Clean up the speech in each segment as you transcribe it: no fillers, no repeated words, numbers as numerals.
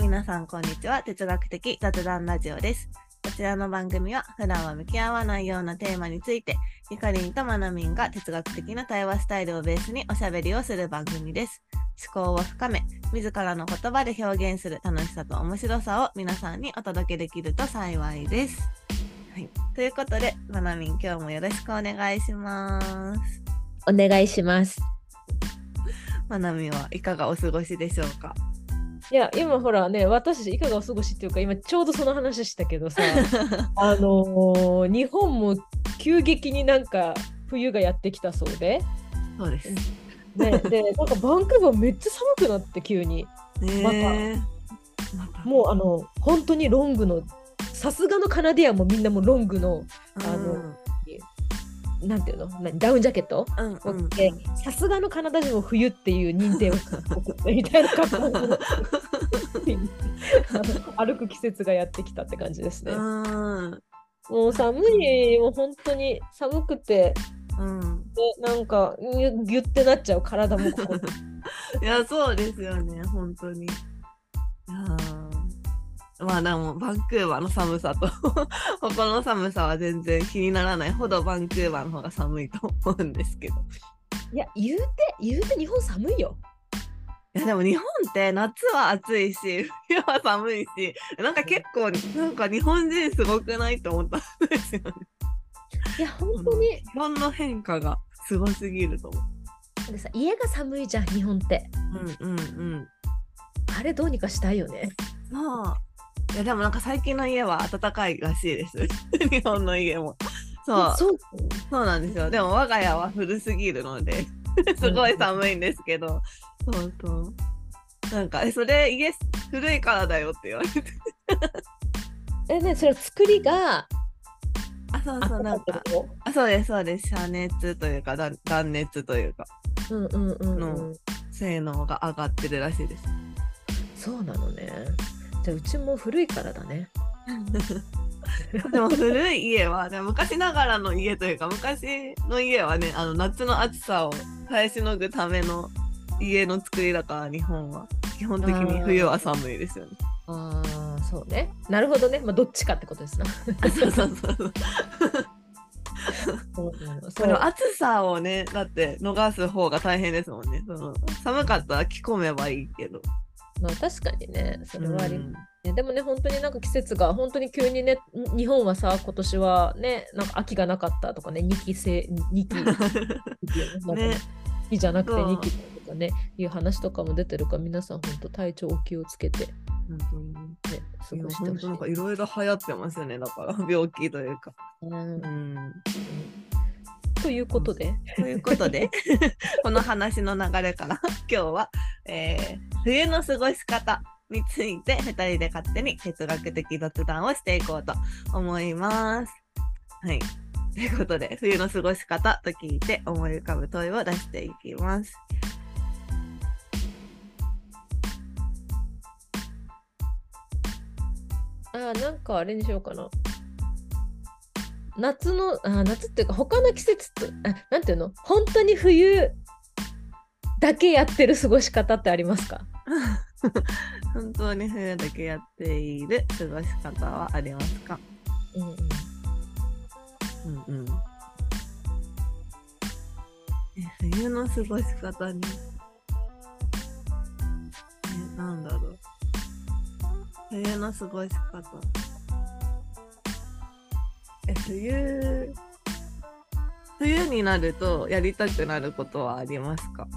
皆さんこんにちは。哲学的雑談ラジオです。こちらの番組は普段は向き合わないようなテーマについてゆかりんとまなみんが哲学的な対話スタイルをベースにおしゃべりをする番組です。思考を深め、自らの言葉で表現する楽しさと面白さを皆さんにお届けできると幸いです。はい、ということでまなみん、今日もよろしくお願いします。 お願いします。 まなみんはいかがお過ごしでしょうか？ いや、今ほらね、私たちいかがお過ごしっていうか、今ちょうどその話したけどさ、日本も急激になんか冬がやってきたそうで。 そうです。 ね、で、なんかバンクーバーめっちゃ寒くなって急に。また。もう本当にロングの、さすがのカナディアンもみんなもうロングの、なんていうの、ダウンジャケットを着て、さすがのカナダ人も冬っていう認定をみたいな格好で歩く季節がやってきたって感じですね。もう寒い、もう本当に寒くて、でなんかギュッてなっちゃう体もここいや、そうですよね、本当に。いやまあでもバンクーバーの寒さと他の寒さは全然気にならないほどバンクーバーの方が寒いと思うんですけど。 いや、言うて日本寒いよ。 いやでも日本って夏は暑いし冬は寒いし、なんか結構なんか日本人すごくないと思ったんですよね。 いや本当に気温の変化がすごすぎると思う。でさ、家が寒いじゃん日本って。あれどうにかしたいよね。 いやでもなんか最近の家は暖かいらしいです日本の家も。そうなんですよ。でも我が家は古すぎるのですごい寒いんですけど、そうなんかそれ家古いからだよって言われてね、それは作りがそうなんかそうです遮熱というか断熱というかの性能が上がってるらしいです。 そうなのね。じゃあうちも古いからだね。 でも古い家は昔ながらの家というか、昔の家はね、夏の暑さを耐えしのぐための家の作りだから、日本は基本的に冬は寒いですよね。 そうね。なるほどね。まあどっちかってことですな。 その暑さをね、だって逃す方が大変ですもんね。寒かったら着込めばいいけど。 まあ確かにね、それはありますね。でもね、本当になんか季節が本当に急にね、日本はさ、今年はね、なんか秋がなかったとかね、2期ね、期じゃなくて2期とかね、いう話とかも出てるから、皆さん本当体調お気をつけて、 本当にね、過ごしてほしい。なんかいろいろ流行ってますよね、だから病気というか。 ということでこの話の流れから今日は、冬の過ごし方について2人で勝手に哲学的雑談をしていこうと思います。はい。ということで、冬の過ごし方と聞いて思い浮かぶ問いを出していきます。 なんかあれにしようかな。夏っていうか他の季節となんていうの、本当に冬だけやってる過ごし方ってありますか？ 本当に冬だけやっている過ごし方はありますか？冬の過ごし方になんだろう。冬の過ごし方、冬になるとやりたくなることはありますか？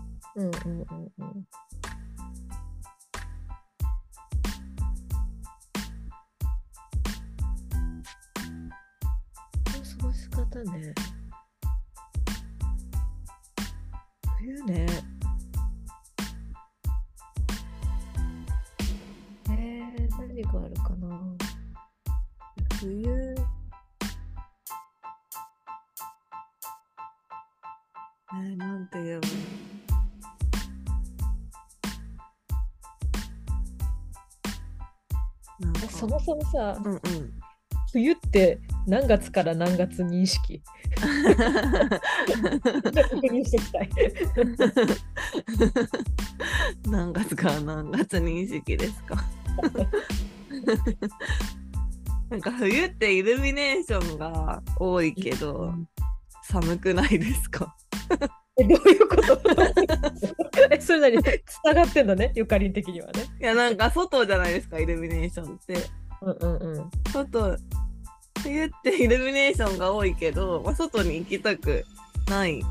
過ごし方ね。冬ね。何があるかな。 冬なんて言えばいい？ そもそもさ、冬って何月から何月認識確認していきたい何月から何月認識ですか？ なんか冬ってイルミネーションが多いけど、寒くないですか？ どういうことそれなりつながってんだね、ゆかりん的にはね。 いや、なんか外じゃないですか、イルミネーションって。外、冬ってイルミネーションが多いけど、まあ、外に行きたくない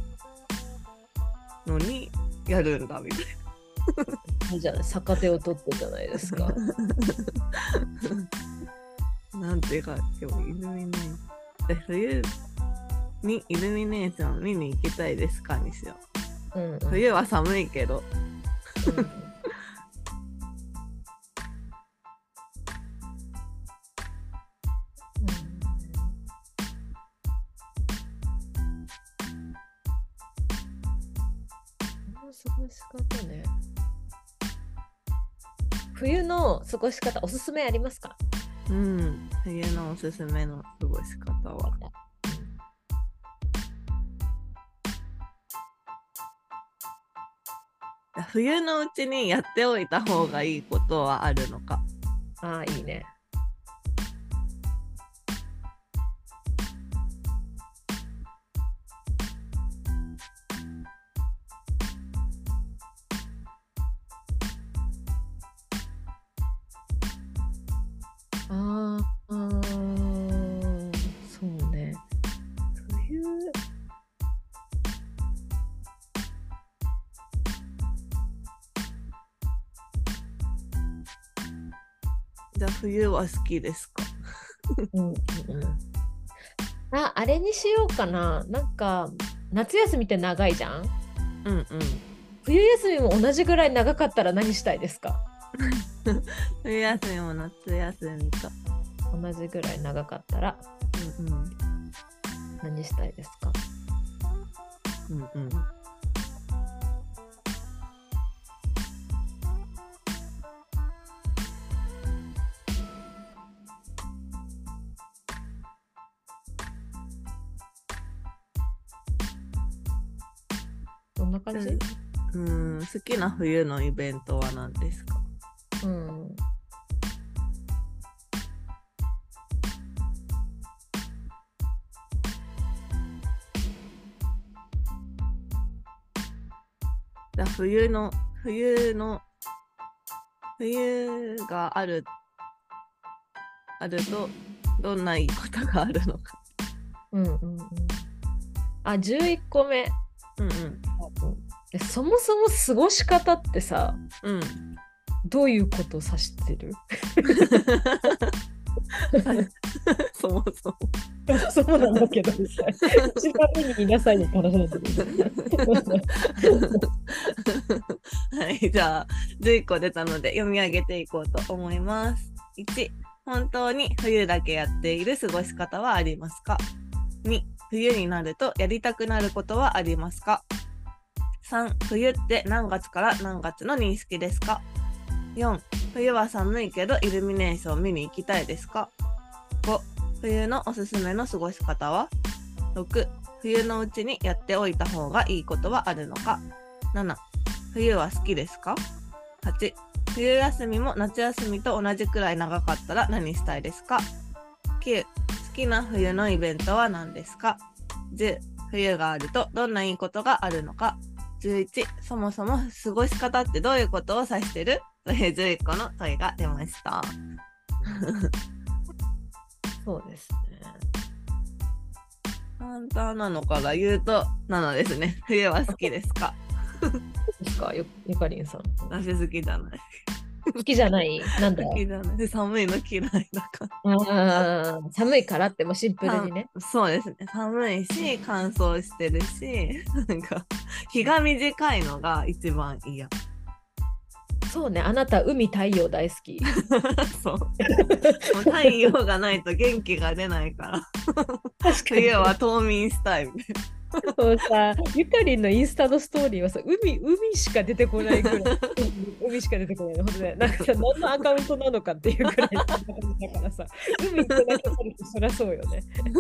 のにやるんだみたいな。いいじゃない、逆手を取ってじゃないですか。 なんていうか、でもイルミネーション。冬にイルミネーション見に行きたいですかにしよう。冬は寒いけど。 過ごし方ね。冬の過ごし方おすすめありますか？ 冬のおすすめの過ごし方は、冬のうちにやっておいた方がいいことはあるのか。 ああ、いいね。そうね。冬。 じゃあ冬は好きですか？ あれにしようかな。なんか夏休みって長いじゃん。冬休みも同じぐらい長かったら何したいですか？ 冬休みも夏休みと同じぐらい長かったら、何したいですか？どんな感じ？ 好きな冬のイベントは何ですか？冬があるとどんないいことがあるのか。 11個目。そもそも過ごし方ってさ、どういうことを指してる？ そもそもそうなんだけど、一番目に見なさいよって話なんだけど。 はい、じゃあ11個出たので読み上げていこうと思います。1、本当に冬だけやっている過ごし方はありますか？ 2、冬になるとやりたくなることはありますか？ 3、冬って何月から何月の認識ですか？ 4、冬は寒いけどイルミネーション見に行きたいですか？ 5、冬のおすすめの過ごし方は？ 6、冬のうちにやっておいた方がいいことはあるのか？ 7、冬は好きですか？ 8、冬休みも夏休みと同じくらい長かったら何したいですか？ 9、好きな冬のイベントは何ですか？ 10、冬があるとどんないいことがあるのか？ 11、そもそも過ごし方ってどういうことを指してる？という11個の問いが出ました。 そうですね。 簡単なのから言うと7ですね。冬は好きですか？ ですか、ゆかりんさん。 私好きじゃない。 好きじゃない？なんだ？ 好きじゃない。寒いの嫌いだから。 寒いからってもシンプルにね。 そうですね。寒いし乾燥してるし、なんか日が短いのが一番嫌。 そうね、あなた海太陽大好き。 そう。もう太陽がないと元気が出ないから。 確かに。 冬は冬眠したいみたいな。 そうさ、ゆかりんのインスタのストーリーはさ、海しか出てこないぐらい。海しか出てこないの。ほんとね、なんかさ、何のアカウントなのかっていうぐらいだからさ、海ってだけあるとそりゃそうよね。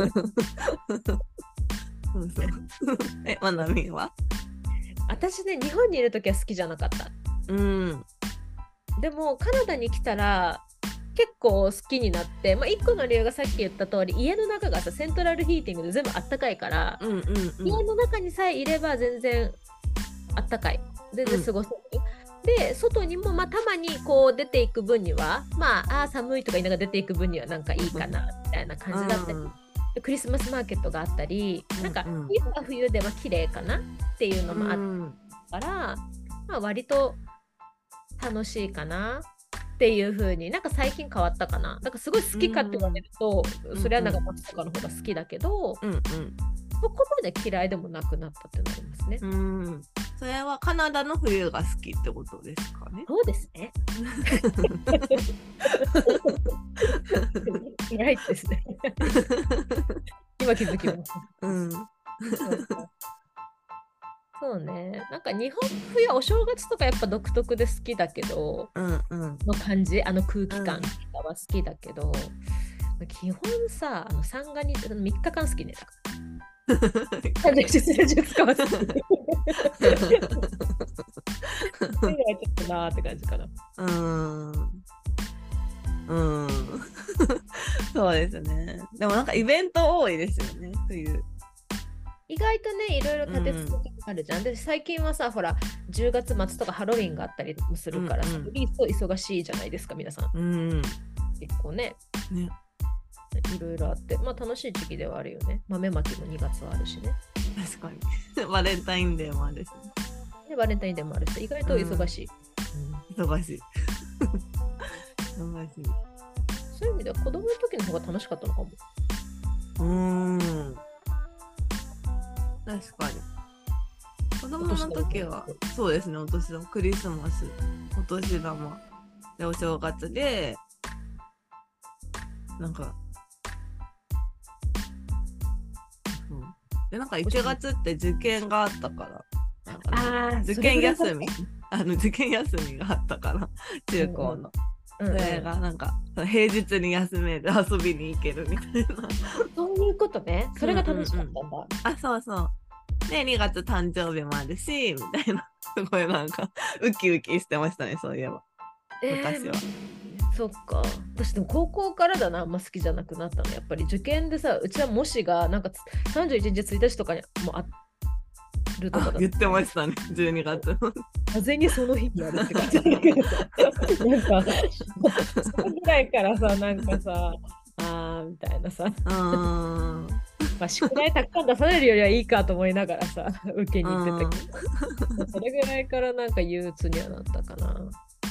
そうそう。まなみは？ 私ね、日本にいるときは好きじゃなかった。 でもカナダに来たら結構好きになって、まあ、1個の理由がさっき言った通り、家の中がさセントラルヒーティングで全部あったかいから、家の中にさえいれば全然あったかい、全然過ごせる、で外にもまあたまにこう出ていく分にはまあ寒いとか言いながら出ていく分にはなんかいいかなみたいな感じだったり、クリスマスマーケットがあったり、なんか冬は冬では綺麗かなっていうのもあったから、まあ、割と楽しいかなっていう風になんか最近変わったかな。なんかすごい好きかって言われると、それはなんか夏とかの方が好きだけど、そこまで嫌いでもなくなったってなりますね。 それはカナダの冬が好きってことですかね。 そうですね。嫌いですね。今気づきました。そうね。なんか日本冬お正月とかやっぱ独特で好きだけど、の感じ、空気感は好きだけど、基本さ、三が日3日間好きね。だから。実は2日は好き。それはちょっとなーって感じかな。 そうですね。でもなんかイベント多いですよね、冬。 意外とね、いろいろ立て付けあるじゃん。で、最近はさ、ほら、10月末とかハロウィンがあったりもするから、リースと忙しいじゃないですか、皆さん。結構ね。いろいろあって、まあ楽しい時期ではあるよね。豆まきも2月はあるしね。 確かに。バレンタインデーもあるしね。バレンタインデーもあるし、意外と忙しい。 忙しい。忙しい。 そういう意味では子供の時の方が楽しかったのかも。 確かに。子供の時は、そうですね、お年玉、クリスマス、お年玉でお正月で、なんか、でなんか1月って受験があったから、受験休み受験休みがあったから中高の、それがなんか平日に休める遊びに行けるみたいなそういうことね。それが楽しかったんだ。 そうそうで2月誕生日もあるしみたいな、すごいなんかウキウキしてましたね、そういえば昔は。 そっか。私でも高校からだな、あんま好きじゃなくなったの。やっぱり受験でさ、うちは模試がなんか31日1日とかにもあるとかだ。 言ってましたね、12月の。 風にその日にやるって感じだけどなんかそのぐらいからさ、なんかさみたいなさまあ宿題たくさん出されるよりはいいかと思いながらさ受けに行ってたけどそれぐらいからなんか憂鬱にはなったかな。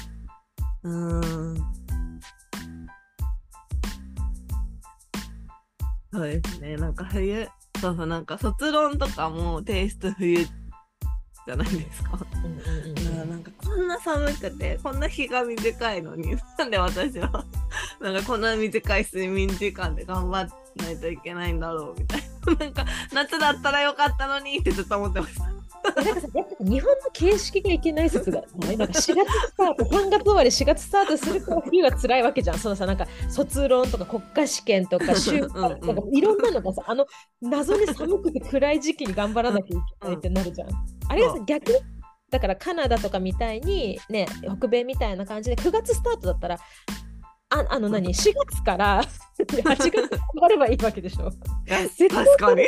そうですね、なんか冬、そうなんか卒論とかも提出冬じゃないですか。なんかこんな寒くてこんな日が短いのになんで私はなんかこんな短い睡眠時間で頑張らないといけないんだろうみたいななんか夏だったらよかったのにってずっと思ってました。 なんかさ、やっぱ日本の形式がいけない説がない。なんか4月スタート、3月終わり4月スタートするから冬は辛いわけじゃん。そのさ、なんか卒論とか国家試験とか就活とかいろんなのがさ、謎に寒くて暗い時期に頑張らなきゃいけないってなるじゃん。あれがさ、逆だからカナダとかみたいにね、北米みたいな感じで9月スタートだったら4月から8月頑張ればいいわけでしょ。 絶対確かに。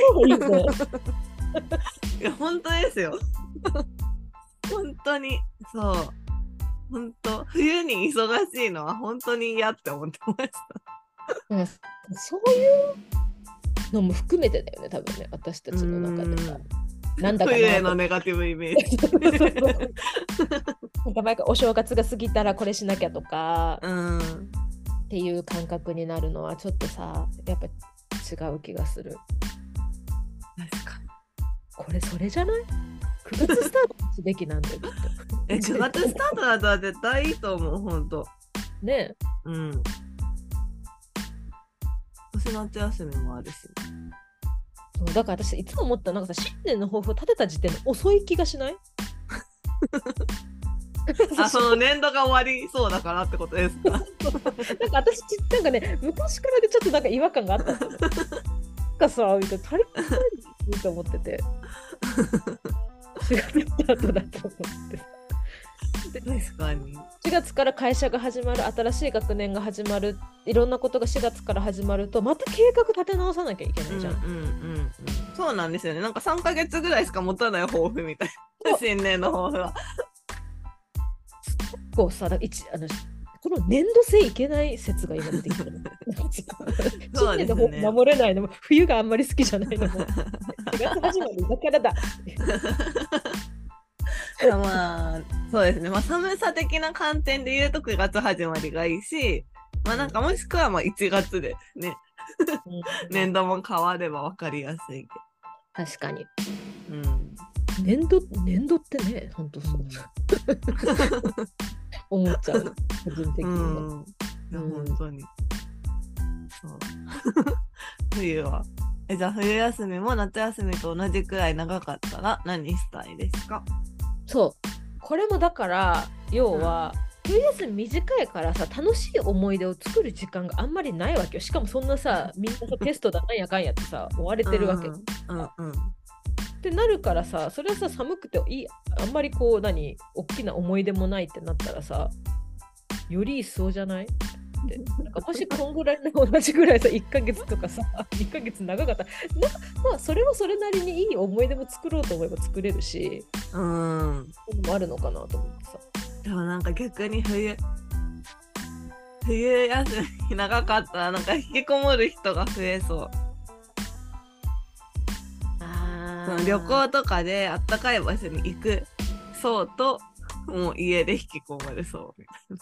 いや本当ですよ本当にそう本当冬に忙しいのは本当に嫌って思ってました。 そういうのも含めてだよね、多分ね、私たちの中でさ。なんだかな冬へのネガティブイメージなんか毎回お正月が過ぎたらこれしなきゃとか、っていう感覚になるのはちょっとさ、やっぱ違う気がする。 確かに。 これそれじゃない ?9 月スタートすべきなんだよ、きっと。 9月スタートだったら絶対いいと思う、ほんと。 ねえ。年夏休みもあるし。 そうだから私いつも思った、なんかさ、新年の抱負を立てた時点で遅い気がしないその年度が終わりそうだからってことですか。なんか私なんかね、昔からでちょっとなんか違和感があったんだよ。なんかさ、みたいな足りてないと思ってて4月スタートだと思ってさ。 確かに。 4月から会社が始まる、新しい学年が始まる、いろんなことが4月から始まると、また計画立て直さなきゃいけないじゃん。 そうなんですよね。なんか3ヶ月ぐらいしか持たない抱負みたいな。新年の抱負は。 こうさ、この年度制いけない説が今出てきてる。新年の抱負守れないのも、冬があんまり好きじゃないのも、4月始まりだからだ。 まあそうですね、まあ、寒さ的な観点で言うと9月始まりがいいし、まあなんかもしくはまあ1月でね年度も変われば分かりやすいけど。確かに、 年度ってね、ほんとそう、思っちゃう、個人的には。 いや本当にそう冬はじゃあ冬休みも夏休みと同じくらい長かったら何したいですか？ そう、これもだから要は、冬休み短いからさ、楽しい思い出を作る時間があんまりないわけよ。しかもそんなさ、みんなさテストだなんやかんやってさ追われてるわけ、ってなるからさ、それはさ寒くてあんまりこう大きな思い出もないってなったらさ、より一層じゃないってなんかもしこんぐらい同じぐらいさ1ヶ月とかさ1ヶ月長かったらまあそれはそれなりにいい思い出も作ろうと思えば作れるし、そういうのもあるのかなと思ってさ。 でもなんか逆に冬休み長かったらなんか引きこもる人が増えそう。旅行とかであったかい場所に行くそうと、もう家で引きこもるそうみたい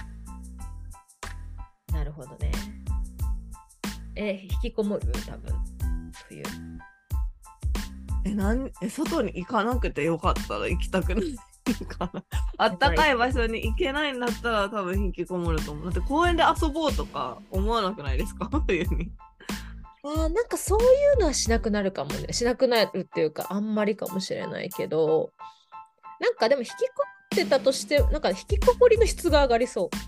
な。なるほどね。引きこもる多分冬。 外に行かなくてよかったら行きたくないかな。あったかい場所に行けないんだったら多分引きこもると思う。だって公園で遊ぼうとか思わなくないですか冬に。 なんかそういうのはしなくなるかもね。しなくなるっていうかあんまりかもしれないけど、なんかでも引きこもってたとして、なんか引きこもりの質が上がりそう。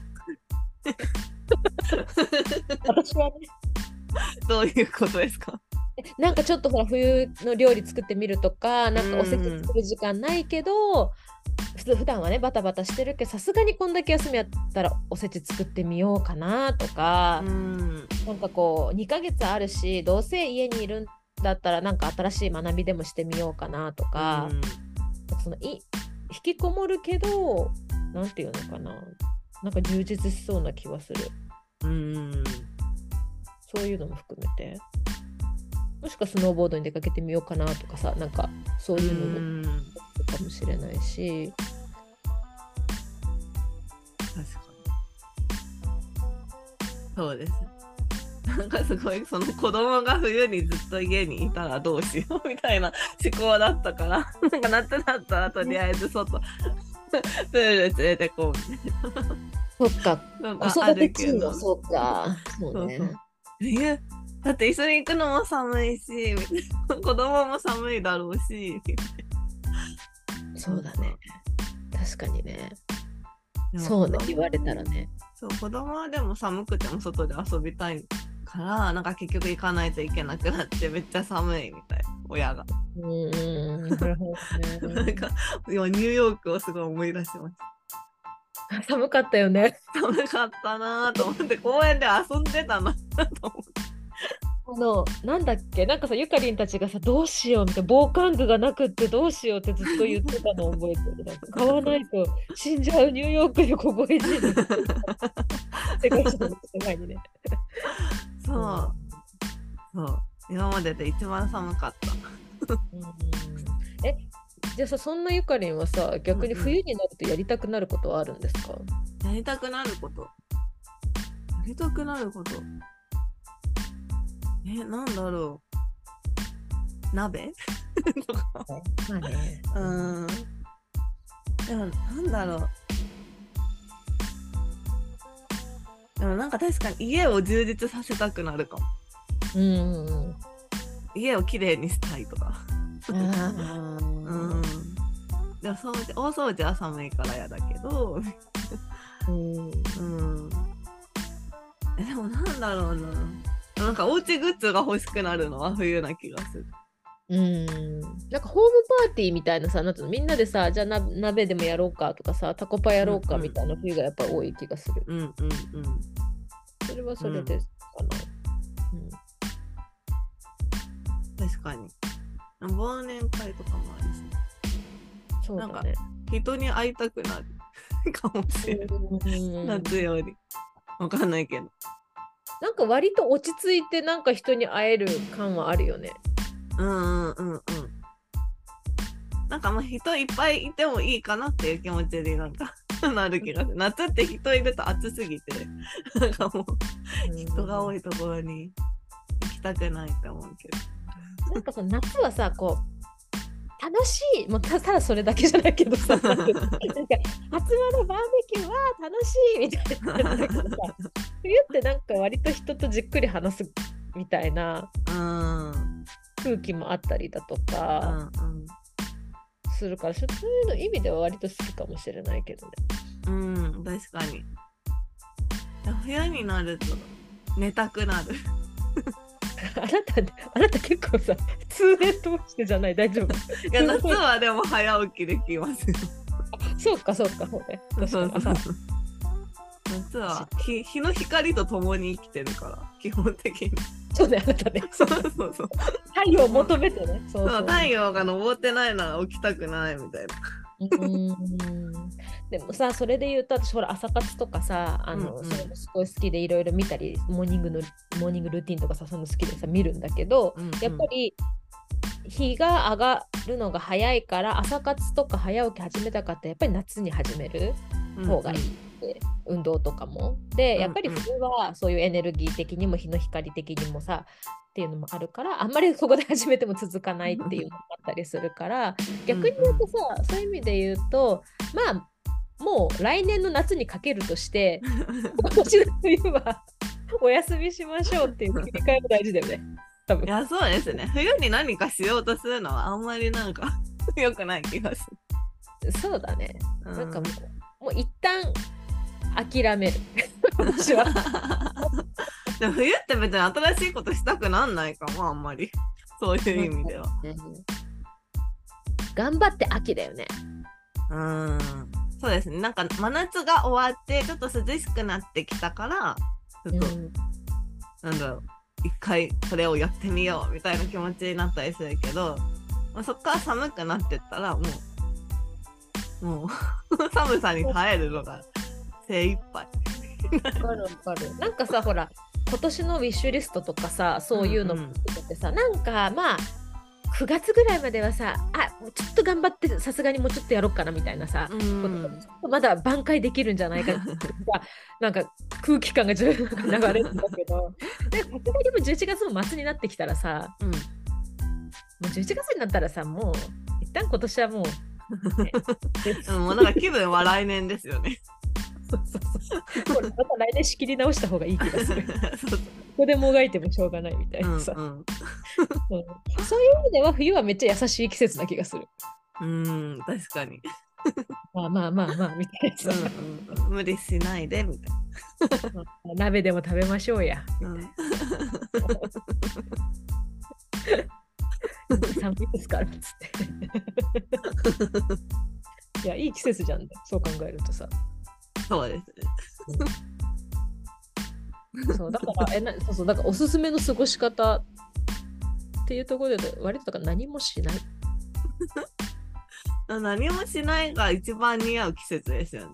私はね。 どういうことですか？ なんかちょっとほら冬の料理作ってみるとか、なんかおせち作る時間ないけど、普段はねバタバタしてるけど、さすがにこんだけ休みやったらおせち作ってみようかなとか、なんかこう2ヶ月あるしどうせ家にいるんだったらなんか新しい学びでもしてみようかなとか、引きこもるけどなんていうのかな、なんか充実しそうな気はする。そういうのも含めて、もしくはスノーボードに出かけてみようかなとかさ、なんかそういうのもかもしれないし。 確かにそうです。なんかすごいその子供が冬にずっと家にいたらどうしようみたいな思考だったから、なんか夏だったらとりあえず外プール連れてこうみたいな。 そっか、子育て中のそうか、そうね。 冬だって一緒に行くのも寒いしみたいな、子供も寒いだろうし。 そうだね、確かにね。そうね、言われたらね。 そう子供はでも寒くても外で遊びたいから、なんか結局行かないといけなくなってめっちゃ寒いみたいな、親が。 なるほどね。なんか今ニューヨークをすごい思い出しました。 寒かったよね。 寒かったなと思って公園で遊んでたなと思って。 なんだっけ、なんかさゆかりんたちがさどうしようみたいな、防寒具がなくってどうしようってずっと言ってたのを覚えてる。なんか買わないと死んじゃうニューヨークで凍え死ぬ世界一の前にね。 そう今までで一番寒かった。 じゃあさ、そんなゆかりんはさ逆に冬になるとやりたくなることはあるんですか？ やりたくなることなんだろう、鍋とか。 まあね。 でもなんだろう、でもなんか確かに家を充実させたくなるかも。家をきれいにしたいとか。でも大掃除は寒いからやだけど。でもなんだろうな、なんかおうちグッズが欲しくなるのは冬な気がする。 なんかホームパーティーみたいなさ、なんていうの、みんなでさ、じゃあ鍋でもやろうかとかさ、タコパやろうかみたいな冬がやっぱ多い気がする。 うんうんうん。 それはそれですかな。 確かに。忘年会とかもあるし。 そうだね。 なんか人に会いたくなるかもしれない。夏より。わかんないけど。 なんか割と落ち着いてなんか人に会える感はあるよね。 なんかまあ人いっぱいいてもいいかなっていう気持ちになんかなる気がする。夏って人いると暑すぎて、なんかもう人が多いところに行きたくないって思うけど。 なんかさ、夏はさ、こう楽しい、もうただそれだけじゃないけどさ、なんか集まるバーベキューは楽しいみたいなだけどさ、冬ってなんか割と人とじっくり話すみたいな空気もあったりだとかするから、そういうの意味では割と好きかもしれないけどね。 確かに。冬になると寝たくなる。 あなた結構さ、通年通してじゃない？大丈夫？ いや、夏はでも早起きできますよ。 そうかそうか、そうね。 そう夏は日の光と共に生きてるから基本的に。 そうね、あなたね。 そう太陽を求めてね。 そう太陽が昇ってないなら起きたくないみたいな。 でもさ、それで言うと私ほら朝活とかさ、それもすごい好きでいろいろ見たり、モーニングルーティンとかさ、そういうの好きでさ見るんだけど、やっぱり日が上がるのが早いから朝活とか早起き始めたかってやっぱり夏に始める方がいいって、運動とかもで、やっぱり冬はそういうエネルギー的にも日の光的にもさっていうのもあるから、あんまりここで始めても続かないっていうのもあったりするから逆に言うとさ、そういう意味で言うとまあもう来年の夏にかけるとして今年の冬はお休みしましょうっていう切り替えも大事だよね。多分。 いやそうですね。冬に何かしようとするのはあんまりなんか良くない気がする。そうだね。なんかもう一旦諦める私は。 でも冬って別に新しいことしたくなんないかも、あんまりそういう意味では。 頑張って秋だよね。 そうですね。なんか真夏が終わってちょっと涼しくなってきたからちょっと、なんだろう、一回それをやってみようみたいな気持ちになったりするけど、そっから寒くなってったらもう寒さに耐えるのが精一杯。 わかるわかる。なんかさ、ほら今年のウィッシュリストとかさ、そういうのもってさ、なんかまあ9月ぐらいまではさ、ちょっと頑張ってさすがにもうちょっとやろうかなみたいなさ、まだ挽回できるんじゃないかってなんか空気感が流れるんだけど、でさすがにもう11月も末になってきたらさ、もう11月になったらさ、もう一旦今年はもう、ね、 もうなんか気分は来年ですよね。 これまた来年仕切り直した方がいい気がする。ここでもがいてもしょうがないみたいなさ、そういう意味では冬はめっちゃ優しい季節な気がする。 確かに。 まあみたいなさ、 無理しないでみたいな。 鍋でも食べましょうや。寒いですからっつって。いや、いい季節じゃんね、そう考えるとさ。 そうですね。そうだからだからおすすめの過ごし方っていうところで割とだから何もしない。 何もしないが一番似合う季節ですよね。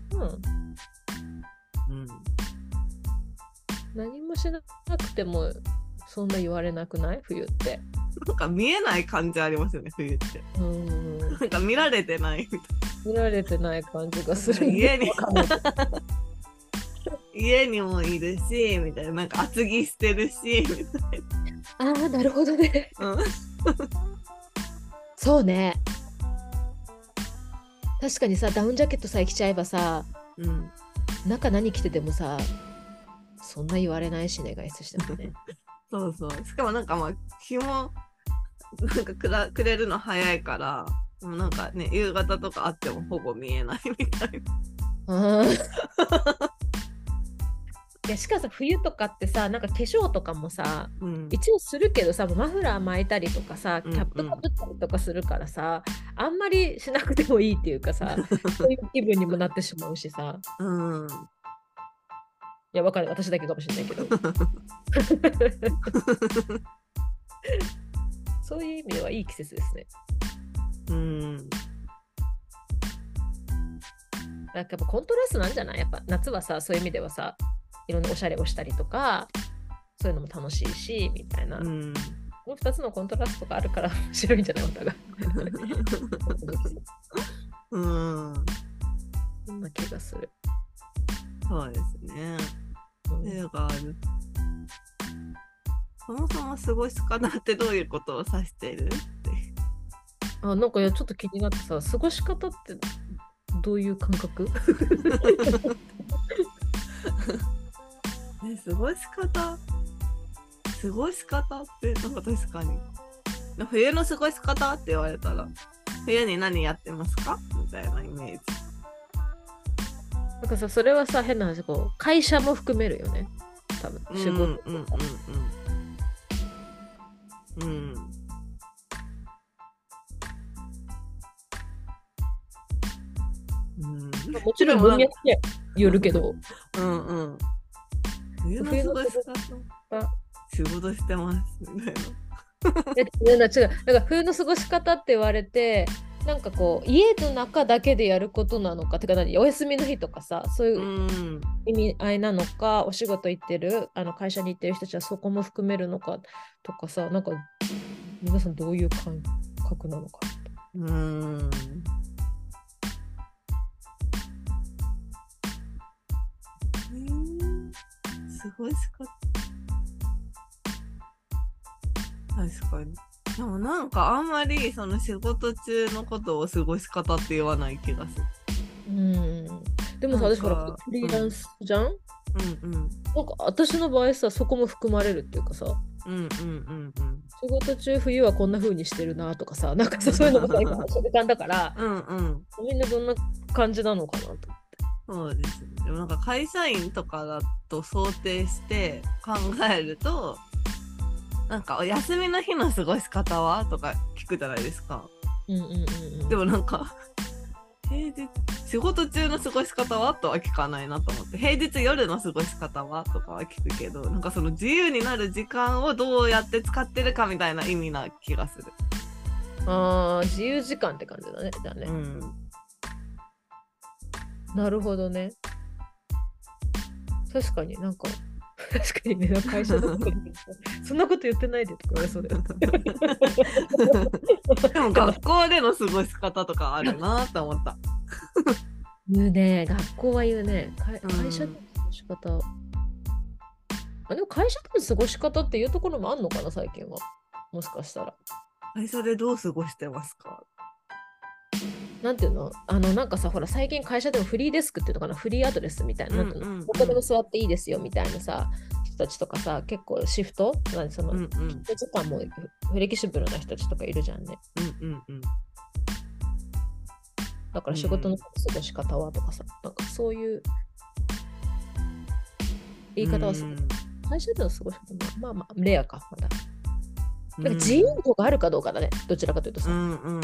何もしなくてもそんな言われなくない？冬って。 なんか見えない感じありますよね、冬って。なんか見られてないみたいな。 見られてない感じがする。 家にもいるしみたいな、なんか厚着してるしみたいな。なるほどね。そうね。確かにさ、ダウンジャケットさえ着ちゃえばさ、中何着ててもさ、そんな言われないしね、外出してもね。 そうしかもなんかまあ日もなんかくれるの早いから、なんかね、夕方とかあってもほぼ見えないみたいな。 いやしかもさ冬とかってさなんか化粧とかもさうん一応するけどさマフラー巻いたりとかさうんキャップかぶったりとかするからさ、あんまりしなくてもいいっていうかさそういう気分にもなってしまうしさうんいやわかる私だけかもしれないけどそういう意味ではいい季節ですね。 うんなんかやっぱコントラストなんじゃないやっぱ夏はさそういう意味ではさいろんなおしゃれをしたりとかそういうのも楽しいしみたいな、 うんこの2つのコントラストがあるから面白いんじゃないお互いうんそんな気がする。 そうですね。 うん映画ある。そもそも過ごし方ってどういうことを指してるって。 あなんかいやちょっと気になってさ過ごし方ってどういう感覚ね、過ごし方ってなんか確かに冬の過ごし方って言われたら冬に何やってますかみたいなイメージ。 なんかさそれはさ変な話こう会社も含めるよね多分仕事とか、 うんもちろん分野によるけどうんうん冬の過ごし方仕事してますみたいな。 違うなんか冬の過ごし方って言われてなんかこう家の中だけでやることなのかてか何お休みの日とかさそういう意味合いなのか、お仕事行ってる会社に行ってる人たちはそこも含めるのかとかさなんか皆さんどういう感覚なのか。 すごいしか確かに。でもなんかあんまりその仕事中のことを過ごし方って言わない気がする。 でもさ私ほらフリーランスじゃん、なんか私の場合さそこも含まれるっていうかさ、仕事中冬はこんな風にしてるなとかさなんかさそういうのもさ今習慣だからみんなどんな感じなのかなと。 そうですね。でもなんか会社員とかだと想定して考えるとなんかお休みの日の過ごし方はとか聞くじゃないですか。でもなんか平日仕事中の過ごし方はとは聞かないなと思って、平日夜の過ごし方はとかは聞くけど、なんかその自由になる時間をどうやって使ってるかみたいな意味な気がする。 自由時間って感じだねじゃあね。なるほどね。確かになんか確かにね会社だったりそんなこと言ってないでとか言われそうだよでも学校での過ごし方とかあるなって思った。 言うね、学校は言うね。会社での過ごし方、でも会社での過ごし方っていうところもあんのかな最近は。もしかしたら会社でどう過ごしてますか。 なんていうのなんかさほら最近会社でもフリーデスクっていうのかなフリーアドレスみたいな、どこでも座っていいですよみたいなさ人たちとかさ結構シフトその、時間もフレキシブルな人たちとかいるじゃんね。だから仕事の過ごし方はとかさ、なんかそういう言い方はする。会社での過ごし方まあまあレアかまだ。なんか自由度があるかどうかだね、どちらかというとさ。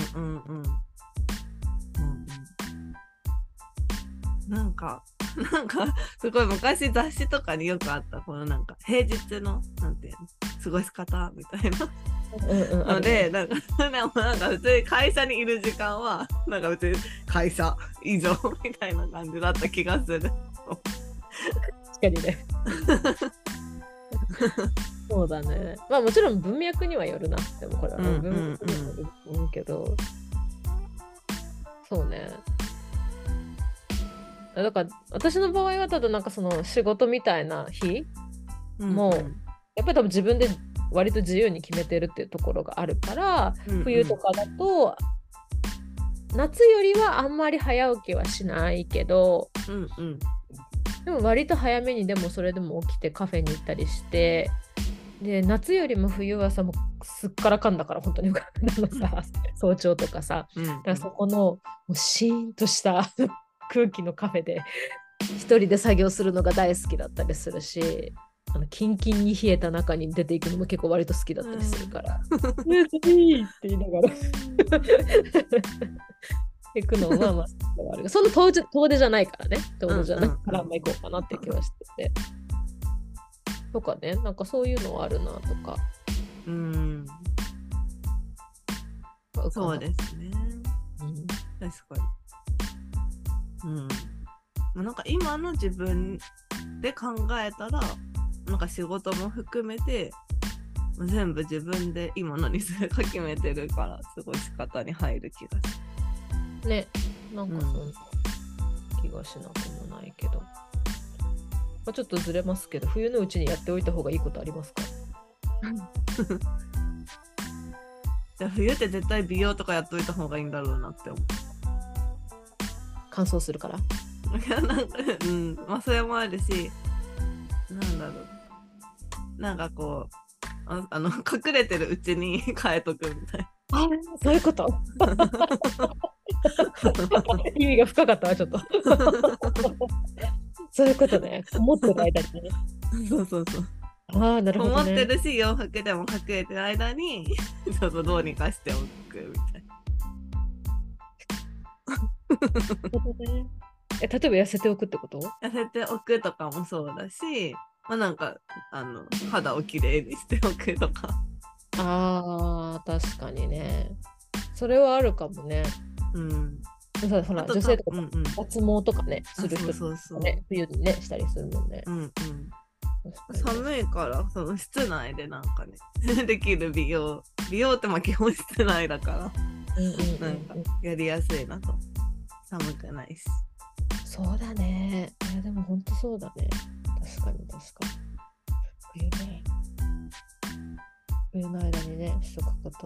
なんかすごい昔雑誌とかによくあったこのなんか平日のなんていうの過ごし方みたいなので、なんか普通に会社にいる時間はなんか別に会社以上みたいな感じだった気がする。 確かにね。そうだね。まあもちろん文脈にはよるな。でもこれは文脈にはよると思うけど、そうね。だから私の場合はただなんかその仕事みたいな日もやっぱり多分自分で割と自由に決めてるっていうところがあるから、冬とかだと夏よりはあんまり早起きはしないけど、でも割と早めにでもそれでも起きてカフェに行ったりして、で夏よりも冬はさもうすっからかんだから本当にさ早朝とかさ、だからそこのもうシーンとした空気のカフェで一人で作業するのが大好きだったりするし、キンキンに冷えた中に出ていくのも結構割と好きだったりするから「いい!」って言いながら行くのはまあ好きではある。その遠出じゃないからね。遠出じゃないからあんま行こうかなって気はしてて。とかね、なんかそういうのはあるなとか。 そうですね。確かに。なんか今の自分で考えたら、なんか仕事も含めて全部自分で今何するか決めてるから、過ごし方に入る気がする。ね、なんかそんな気がしなくもないけど。ちょっとずれますけど、冬のうちにやっておいた方がいいことありますか？ じゃあ冬って絶対美容とかやっといた方がいいんだろうなって思う。 乾燥するから。 いやなんかまあそれもあるし、なんだろう、なんかこう隠れてるうちに変えとくみたいな。 そういうこと意味が深かったわちょっとそういうことね。思ってる間にね。 そうそう。 なるほどね。 思ってるし、洋服でも隠れてる間にちょっとどうにかしておくみたいな。例えば痩せておくってこと？ 痩せておくとかもそうだし、まあ、なんか肌をきれいにしておくとか。 確かにね。それはあるかもね。ほら女性とか脱毛とかね、する人とかね、冬にねしたりするもんね。寒いからその室内でなんかねできる美容ってまあ基本室内だからなんかやりやすいなと。寒くないし。 そうだね。でも本当そうだね。確かに冬の間にねしとくこと。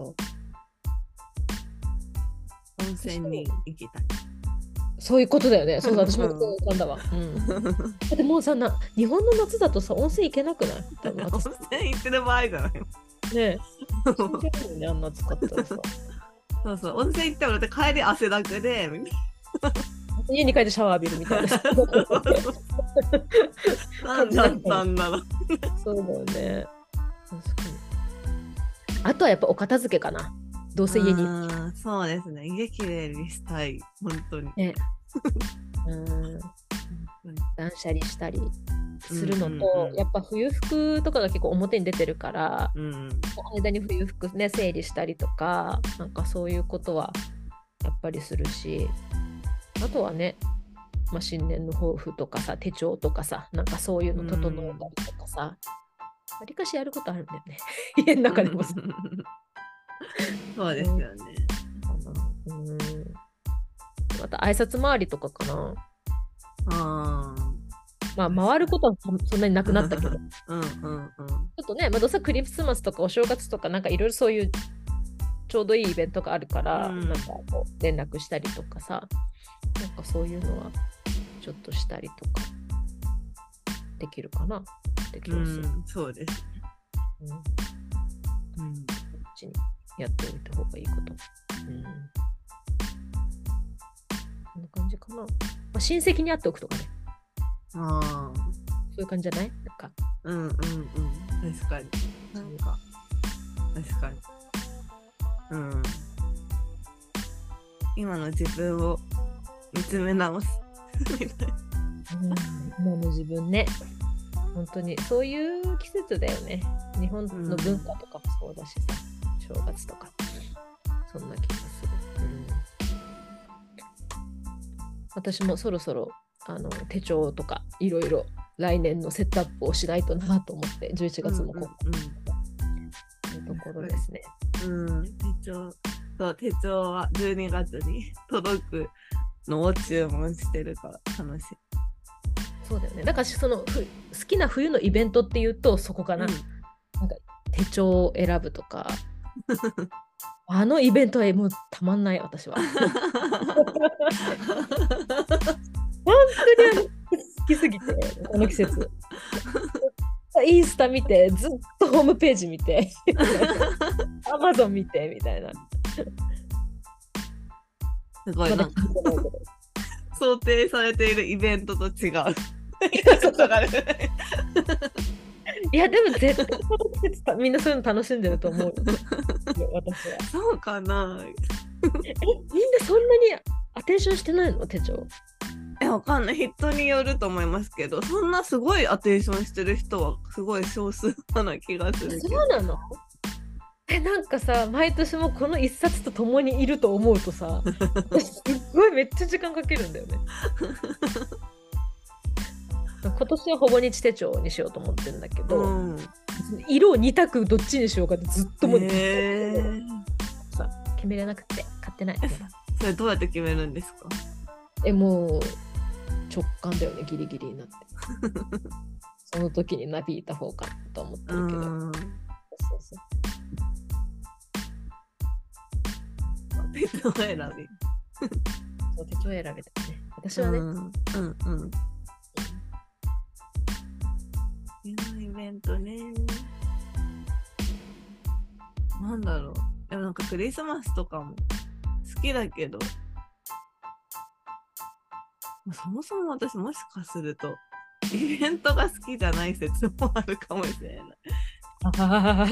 温泉に行きたい。 そういうことだよね。そうだ、私もそうなんだわ。だってもうさ、日本の夏だとさ、温泉行けなくない？ 温泉行ってる場合じゃないよ。 ねえ。あんな使ったらさ。 そう、温泉行ってもだって帰り汗だくで、 家に帰ってシャワー浴びるみたいな。 なんだったんだろう。 そうだよね。確かに。あとはやっぱお片付けかな。どうせ家に。 そうですね。家きれいにしたい。本当に。 ね、断捨離したりするのと、やっぱ冬服とかが結構表に出てるから、間に冬服ね整理したりとか、なんかそういうことはやっぱりするし、あとはね、新年の抱負とかさ、手帳とかさ、なんかそういうの整えたりとかさ、わりかしやることあるんだよね家の中でもさ。 そうですよね。 また挨拶回りとかかな。まあ回ることはそんなになくなったけど、ちょっとね、どうせクリスマスとかお正月とかなんかいろいろそういうちょうどいいイベントがあるから、なんかこう連絡したりとかさ、なんかそういうのはちょっとしたりとかできるかなって気がする。 そうですね。 こっちにやっておいた方がいいこと。こんな感じかな。親戚に会っておくとかね。そういう感じじゃない？なんか。 確かに。なんか確かに。今の自分を見つめ直すみたいな。 今の自分ね。本当にそういう季節だよね。日本の文化とかもそうだしさ、正月とかそんな気がする。私もそろそろ手帳とかいろいろ来年のセットアップをしないとなと思って11月もこういうところですね。 手帳は12月に届くのを注文してるから楽しい。 そうだよね。だからその好きな冬のイベントっていうとそこかな。なんか手帳を選ぶとかあのイベントはもうたまんない私は。本当に好きすぎてこの季節。インスタ見てずっとホームページ見てアマゾン見てみたいな。 すごいな。 想定されているイベントと違う。 いやでも絶対この季節みんなそういうの楽しんでると思う。私は。 そうかな。 みんなそんなにアテンションしてないの手帳？ わかんない。人によると思いますけど、そんなすごいアテンションしてる人はすごい少数派な気がするけど。 そうなの？なんかさ、毎年もこの一冊と共にいると思うとさ、すっごいめっちゃ時間かけるんだよね。今年はほぼ日手帳にしようと思ってるんだけど、色を2択どっちにしようかってずっともう、さ決めれなくて買ってない。 それどうやって決めるんですか？ もう直感だよね、ギリギリになってその時になびいた方かと思ってるけど、そうそう手帳選びそう手帳選びだね、私はね。 イベントね。なんだろう。でもなんかクリスマスとかも好きだけど、そもそも私もしかするとイベントが好きじゃない説もあるかもしれない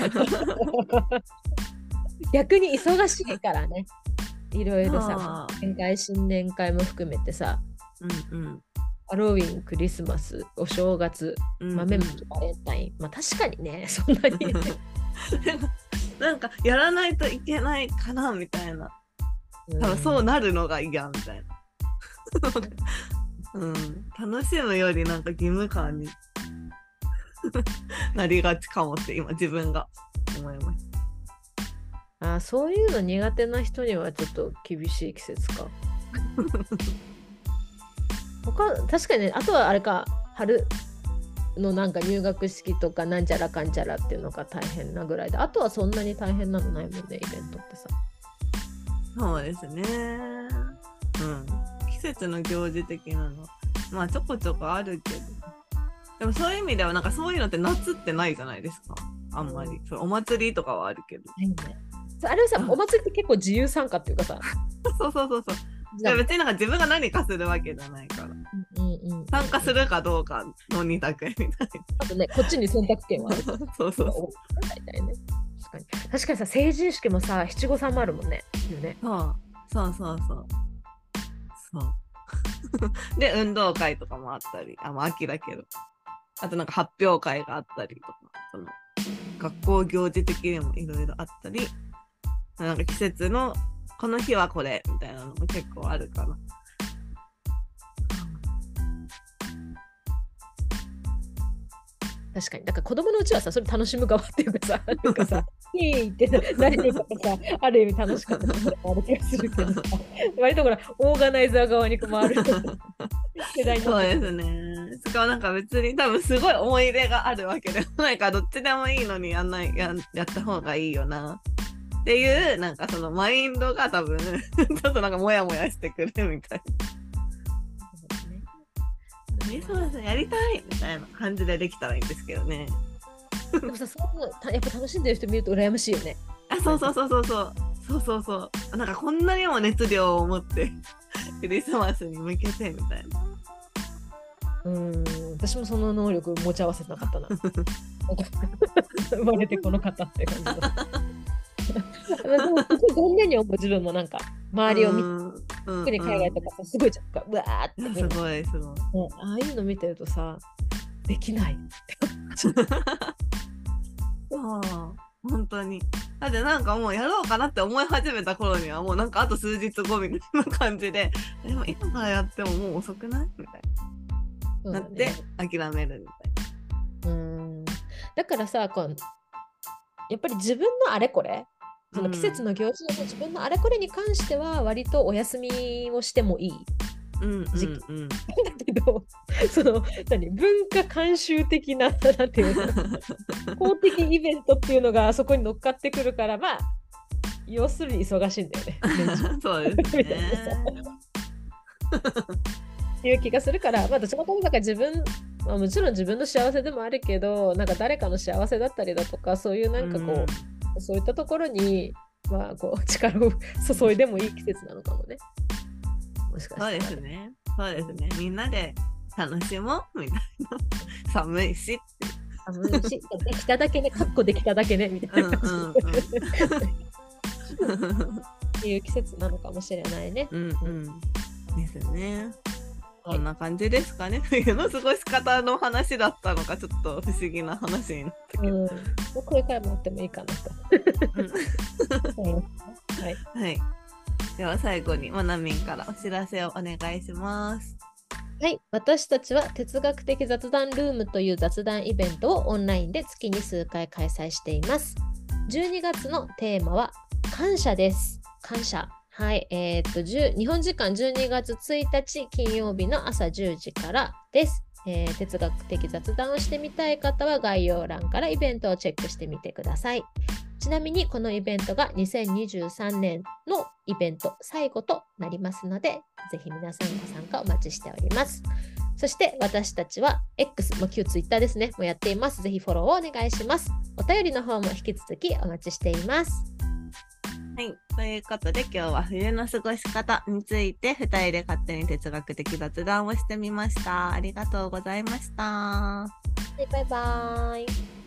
逆に忙しいからね、いろいろさ、新年会も含めてさ、ハロウィン、クリスマス、お正月、豆まき、バレンタイン。まあ確かにね、そんなになんかやらないといけないかなみたいな、多分そうなるのが嫌みたいな楽しむよりなんか義務感になりがちかもって今自分が思います。 そういうの苦手な人にはちょっと厳しい季節か確かにね。あとはあれか、春のなんか入学式とかなんちゃらかんちゃらっていうのが大変なぐらいで、あとはそんなに大変なのないもんね、イベントってさ。 そうですね。季節の行事的なのまあちょこちょこあるけど、でもそういう意味ではなんかそういうのって夏ってないじゃないですか、あんまり。お祭りとかはあるけど、 あれはさ、お祭りって結構自由参加っていうかさそう別になんか自分が何かするわけじゃないから、参加するかどうかの2択みたいな。 あとね、こっちに選択権はあるそう大体ね。確かにさ、成人式もさ、七五三もあるもんね。 そうで運動会とかもあったり、秋だけど、あとなんか発表会があったりとか、その学校行事的にもいろいろあったり、なんか季節のこの日はこれみたいなのも結構あるかな。 確かに、だから子供のうちはさ、それ楽しむ側っていうかさ、なんかさ、いいってなれるからさ、ある意味楽しかったりある気がするけどさ、割とほら、オーガナイザー側に回る世代になって。 そうですね。しかもなんか別に多分すごい思い入れがあるわけでもないから、どっちでもいいのにやった方がいいよなっていう、なんかそのマインドが多分ちょっとなんかモヤモヤしてくるみたいな。そうやりたいみたいな感じでできたらいいんですけどね。 でもさ、そういうのやっぱ楽しんでる人見ると羨ましいよね。 そうなんかこんなにも熱量を持ってクリスマスに向けてみたいな。 私もその能力持ち合わせなかったな生まれてこの方って感じだどんなに思う自分もなんか周りを見て、特に海外とかさ、すごいじゃんか、うわーってすごいああいうの見てるとさ、できない本当に。だってなんかもうやろうかなって思い始めた頃にはもうなんかあと数日後みたいな感じで、でも今からやってももう遅くないみたいな、なって諦めるみたいな。 だからさ、やっぱり自分のあれこれ、その季節の行事でも自分のあれこれに関しては割とお休みをしてもいい時期だけど、その文化慣習的ななんていうの公的イベントっていうのがそこに乗っかってくるから、まあ要するに忙しいんだよねそうですねっていう気がするから、まあどっちもともかく自分、もちろん自分の幸せでもあるけど、なんか誰かの幸せだったりだとか、そういうなんかこう、そういったところに、まあ、こう力を注いでもいい季節なのかもね。 そもしかそうでしたら。 すね。そうですね。みんなで楽しもうみたいな。寒いしって。 寒いし、できただけね、かっこできただけね、みたいな感じ。 うんうんっていう季節なのかもしれないね。 うんうんですね。 はいこんな感じですかね。冬の過ごし方の話だったのか、ちょっと不思議な話になったけど。 もうこれからもあってもいいかなと。はい。 はい。では最後にまなみんからお知らせをお願いします。 はい、私たちは哲学的雑談ルームという雑談イベントをオンラインで月に数回開催しています。12月のテーマは感謝です。感謝。はい、日本時間12月1日金曜日の朝10時からです。哲学的雑談をしてみたい方は概要欄からイベントをチェックしてみてください。ちなみにこのイベントが2023年のイベント最後となりますので、ぜひ皆さんご参加お待ちしております。そして私たちは X、旧 Twitter ですね、もやっています。ぜひフォローをお願いします。お便りの方も引き続きお待ちしています。 はい、ということで今日は冬の過ごし方について2人で勝手に哲学的雑談をしてみました。ありがとうございました。 バイバイ。